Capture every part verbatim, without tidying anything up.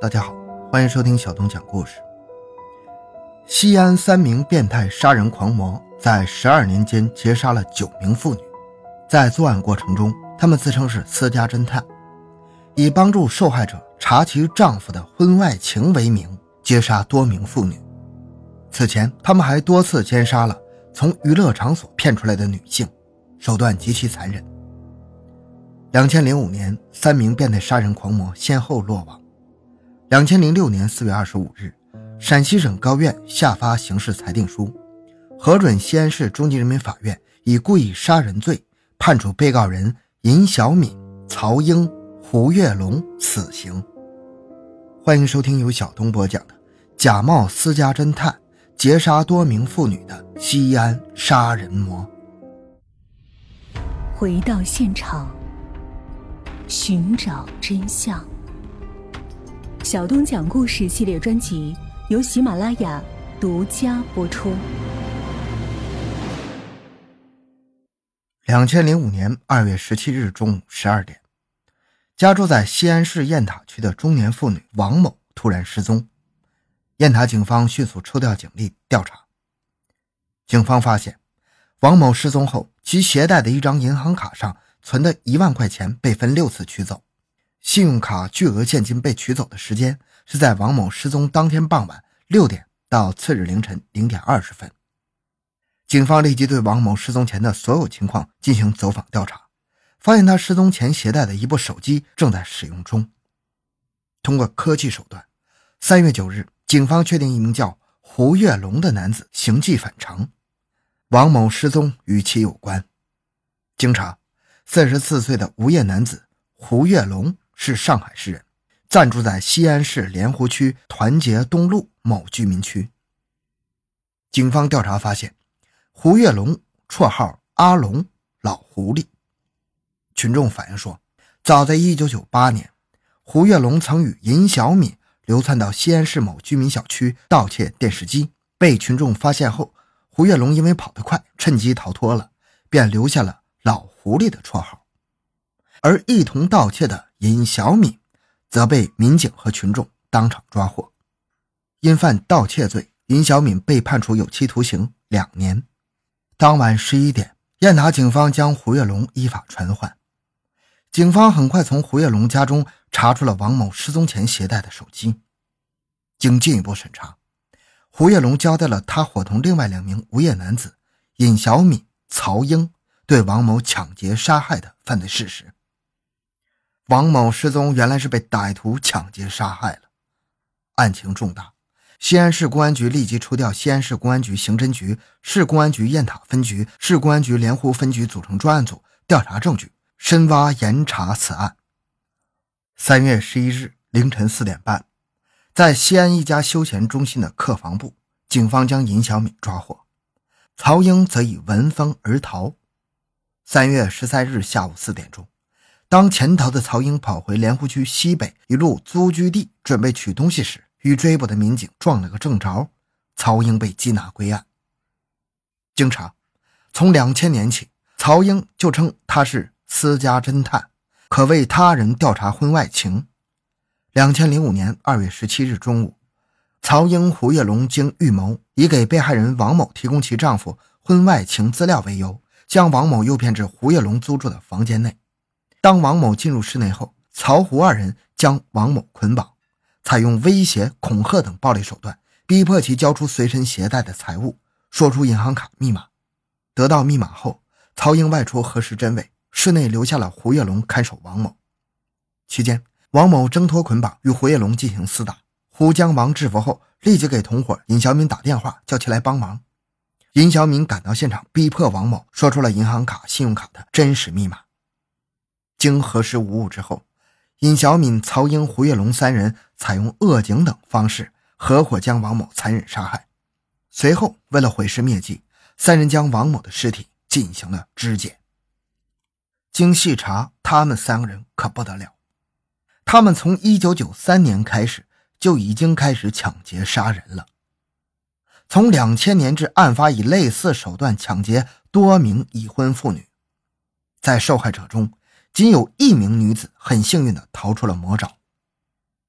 大家好，欢迎收听小东讲故事。西安三名变态杀人狂魔在十二年间劫杀了九名妇女，在作案过程中，他们自称是私家侦探，以帮助受害者查其丈夫的婚外情为名，劫杀多名妇女。此前，他们还多次奸杀了从娱乐场所骗出来的女性，手段极其残忍。二零零五年，三名变态杀人狂魔先后落网。二零零六年四月二十五日，陕西省高院下发刑事裁定书，核准西安市中级人民法院以故意杀人罪判处被告人尹小敏、曹英、胡跃龙死刑。欢迎收听由小东播讲的假冒私家侦探劫杀多名妇女的西安杀人魔。 回到现场，寻找真相。小东讲故事系列专辑由喜马拉雅独家播出。 二零零五年二月十七日中午十二点，家住在西安市雁塔区的中年妇女王某突然失踪。雁塔警方迅速抽调警力调查。警方发现，王某失踪后，其携带的一张银行卡上存的一万块钱被分六次取走。信用卡巨额现金被取走的时间是在王某失踪当天傍晚六点到次日凌晨零点二十分。警方立即对王某失踪前的所有情况进行走访调查，发现他失踪前携带的一部手机正在使用中。通过科技手段，三月九日，警方确定一名叫胡跃龙的男子行迹反常，王某失踪与其有关。经查，四十四岁的无业男子胡跃龙是上海市人，暂住在西安市莲湖区团结东路某居民区。警方调查发现，胡跃龙绰号阿龙，老狐狸。群众反映说，早在一九九八年，胡跃龙曾与尹小敏流窜到西安市某居民小区盗窃电视机，被群众发现后，胡跃龙因为跑得快，趁机逃脱了，便留下了老狐狸的绰号。而一同盗窃的尹小敏则被民警和群众当场抓获。因犯盗窃罪，尹小敏被判处有期徒刑两年。当晚十一点，雁塔警方将胡跃龙依法传唤。警方很快从胡跃龙家中查出了王某失踪前携带的手机。经进一步审查，胡跃龙交代了他伙同另外两名无业男子尹小敏、曹英对王某抢劫杀害的犯罪事实。王某失踪原来是被歹徒抢劫杀害了，案情重大。西安市公安局立即抽调西安市公安局刑侦局、市公安局雁塔分局、市公安局莲湖分局组成专案组调查证据，深挖严查此案。三月十一日凌晨四点半，在西安一家休闲中心的客房部，警方将尹小敏抓获，曹英则已闻风而逃。三月十三日下午四点钟，当潜逃的曹英跑回莲湖区西北一路租居地准备取东西时，与追捕的民警撞了个正着，曹英被缉拿归案。经查，从两千年起，曹英就称他是私家侦探，可为他人调查婚外情。二零零五年二月十七日中午，曹英、胡跃龙经预谋，以给被害人王某提供其丈夫婚外情资料为由，将王某诱骗至胡跃龙租住的房间内。当王某进入室内后，曹胡二人将王某捆绑，采用威胁、恐吓等暴力手段，逼迫其交出随身携带的财物，说出银行卡密码。得到密码后，曹英外出核实真伪，室内留下了胡跃龙看守王某。期间，王某挣脱捆绑，与胡跃龙进行厮打。胡将王制服后，立即给同伙尹小敏打电话，叫其来帮忙。尹小敏赶到现场，逼迫王某说出了银行卡、信用卡的真实密码。经核实无误之后，尹小敏、曹英、胡跃龙三人采用扼颈等方式合伙将王某残忍杀害。随后为了毁尸灭迹，三人将王某的尸体进行了肢解。经细查，他们三个人可不得了，他们从一九九三年开始就已经开始抢劫杀人了。从两千年至案发以类似手段抢劫多名已婚妇女，在受害者中仅有一名女子很幸运地逃出了魔爪。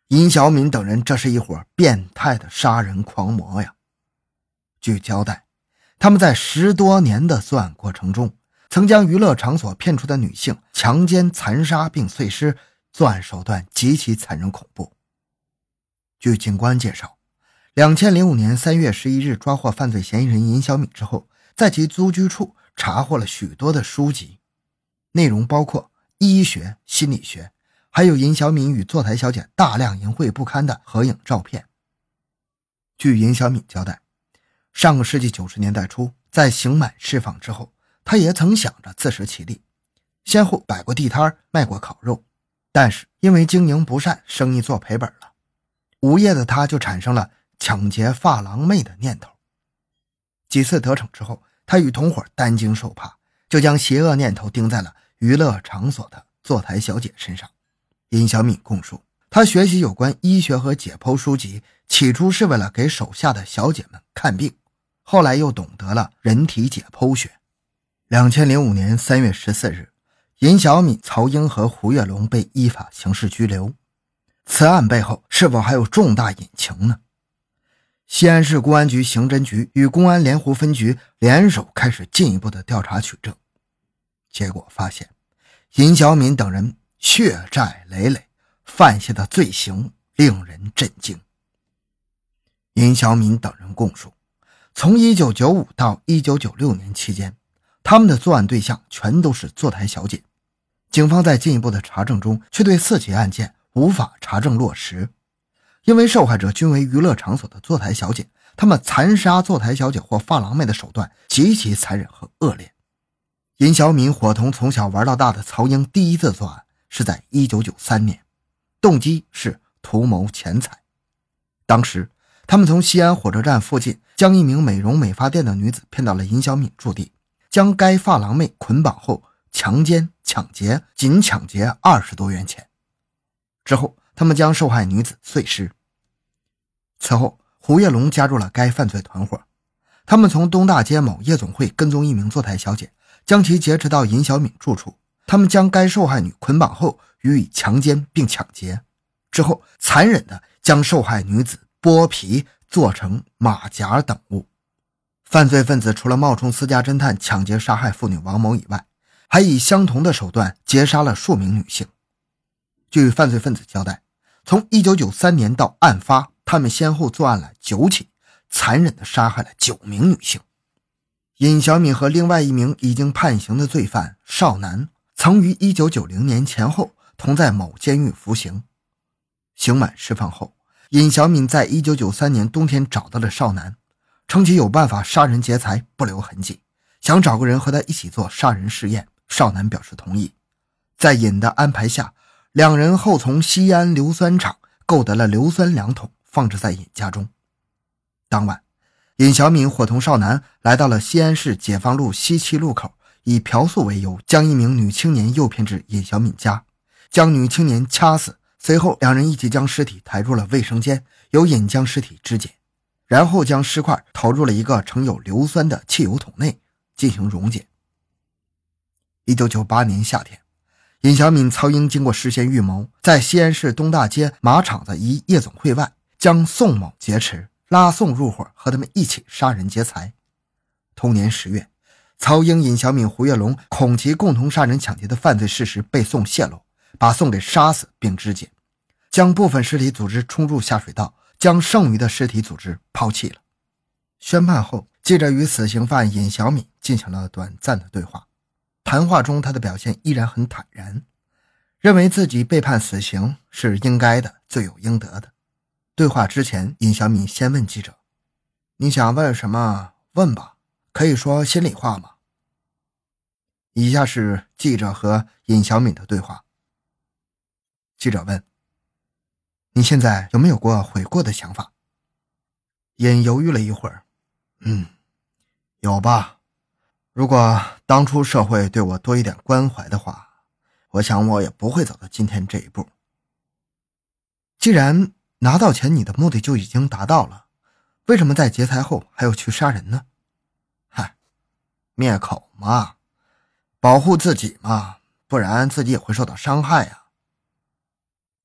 尹小敏等人这是一伙变态的杀人狂魔呀。据交代，他们在十多年的作案过程中，曾将娱乐场所骗出的女性强奸残杀并碎尸，作案手段极其残忍恐怖。据警官介绍，二零零五年三月十一日抓获犯罪嫌疑人尹小敏之后，在其租居处查获了许多的书籍，内容包括医学、心理学，还有尹小敏与坐台小姐大量淫秽不堪的合影照片。据尹小敏交代，上个世纪九十年代初，在刑满释放之后，他也曾想着自食其力，先后摆过地摊卖过烤肉，但是因为经营不善，生意做赔本了。无业的他就产生了抢劫发廊妹的念头。几次得逞之后，他与同伙担惊受怕，就将邪恶念头盯在了娱乐场所的坐台小姐身上。尹小敏供述，他学习有关医学和解剖书籍，起初是为了给手下的小姐们看病，后来又懂得了人体解剖学。二零零五年三月十四日，尹小敏、曹英和胡跃龙被依法刑事拘留。此案背后是否还有重大隐情呢？西安市公安局刑侦局与公安莲湖分局联手开始进一步的调查取证，结果发现尹小敏等人血债累累，犯下的罪行令人震惊。尹小敏等人供述，从一九九五到一九九六年期间，他们的作案对象全都是坐台小姐。警方在进一步的查证中，却对四起案件无法查证落实，因为受害者均为娱乐场所的坐台小姐，他们残杀坐台小姐或发廊妹的手段极其残忍和恶劣。尹小敏伙同从小玩到大的曹英第一次作案是在一九九三年，动机是图谋钱财。当时他们从西安火车站附近将一名美容美发店的女子骗到了尹小敏驻地，将该发廊妹捆绑后强奸抢劫，仅抢劫二十多元钱。之后他们将受害女子碎尸。此后胡跃龙加入了该犯罪团伙，他们从东大街某夜总会跟踪一名坐台小姐，将其劫持到尹小敏住处，他们将该受害女捆绑后予以强奸并抢劫，之后残忍地将受害女子剥皮做成马甲等物。犯罪分子除了冒充私家侦探抢劫杀害妇女王某以外，还以相同的手段劫杀了数名女性。据犯罪分子交代，从一九九三年到案发，他们先后作案了九起，残忍地杀害了九名女性。尹小敏和另外一名已经判刑的罪犯邵楠，曾于一九九零年前后同在某监狱服刑。刑满释放后，尹小敏在一九九三年冬天找到了邵楠，称其有办法杀人劫财不留痕迹，想找个人和他一起做杀人试验。邵楠表示同意。在尹的安排下，两人后从西安硫酸厂购得了硫酸两桶，放置在尹家中。当晚，尹小敏伙同邵楠来到了西安市解放路西七路口，以嫖宿为由将一名女青年诱骗至尹小敏家，将女青年掐死，随后两人一起将尸体抬入了卫生间，由尹将尸体肢解，然后将尸块投入了一个盛有硫酸的汽油桶内进行溶解。一九九八年夏天，尹小敏、曹英经过事先预谋，在西安市东大街马场的一夜总会外将宋某劫持，拉宋入伙，和他们一起杀人劫财。同年十月，曹英、尹小敏、胡跃龙恐其共同杀人抢劫的犯罪事实被宋泄露，把宋给杀死并肢解，将部分尸体组织冲入下水道，将剩余的尸体组织抛弃了。宣判后，记者与死刑犯尹小敏进行了短暂的对话。谈话中，他的表现依然很坦然，认为自己被判死刑是应该的，罪有应得的。对话之前，尹小敏先问记者：“你想问什么？问吧，可以说心里话吗？”以下是记者和尹小敏的对话。记者问：“你现在有没有过悔过的想法？”尹犹豫了一会儿：“嗯，有吧。如果当初社会对我多一点关怀的话，我想我也不会走到今天这一步。既然拿到钱你的目的就已经达到了，为什么在劫财后还要去杀人呢？嗨，灭口嘛，保护自己嘛，不然自己也会受到伤害啊。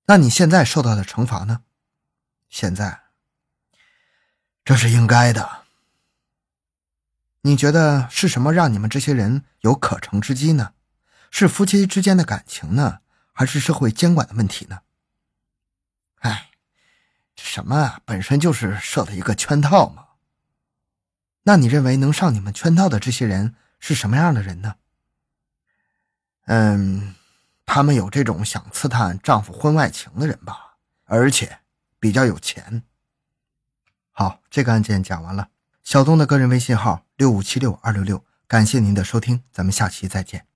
那你现在受到的惩罚呢？现在，这是应该的。你觉得是什么让你们这些人有可乘之机呢？是夫妻之间的感情呢，还是社会监管的问题呢？哎，什么啊，本身就是设的一个圈套嘛。那你认为能上你们圈套的这些人是什么样的人呢？嗯，他们有这种想刺探丈夫婚外情的人吧，而且比较有钱。好，这个案件讲完了。小东的个人微信号六五七六二六六，感谢您的收听，咱们下期再见。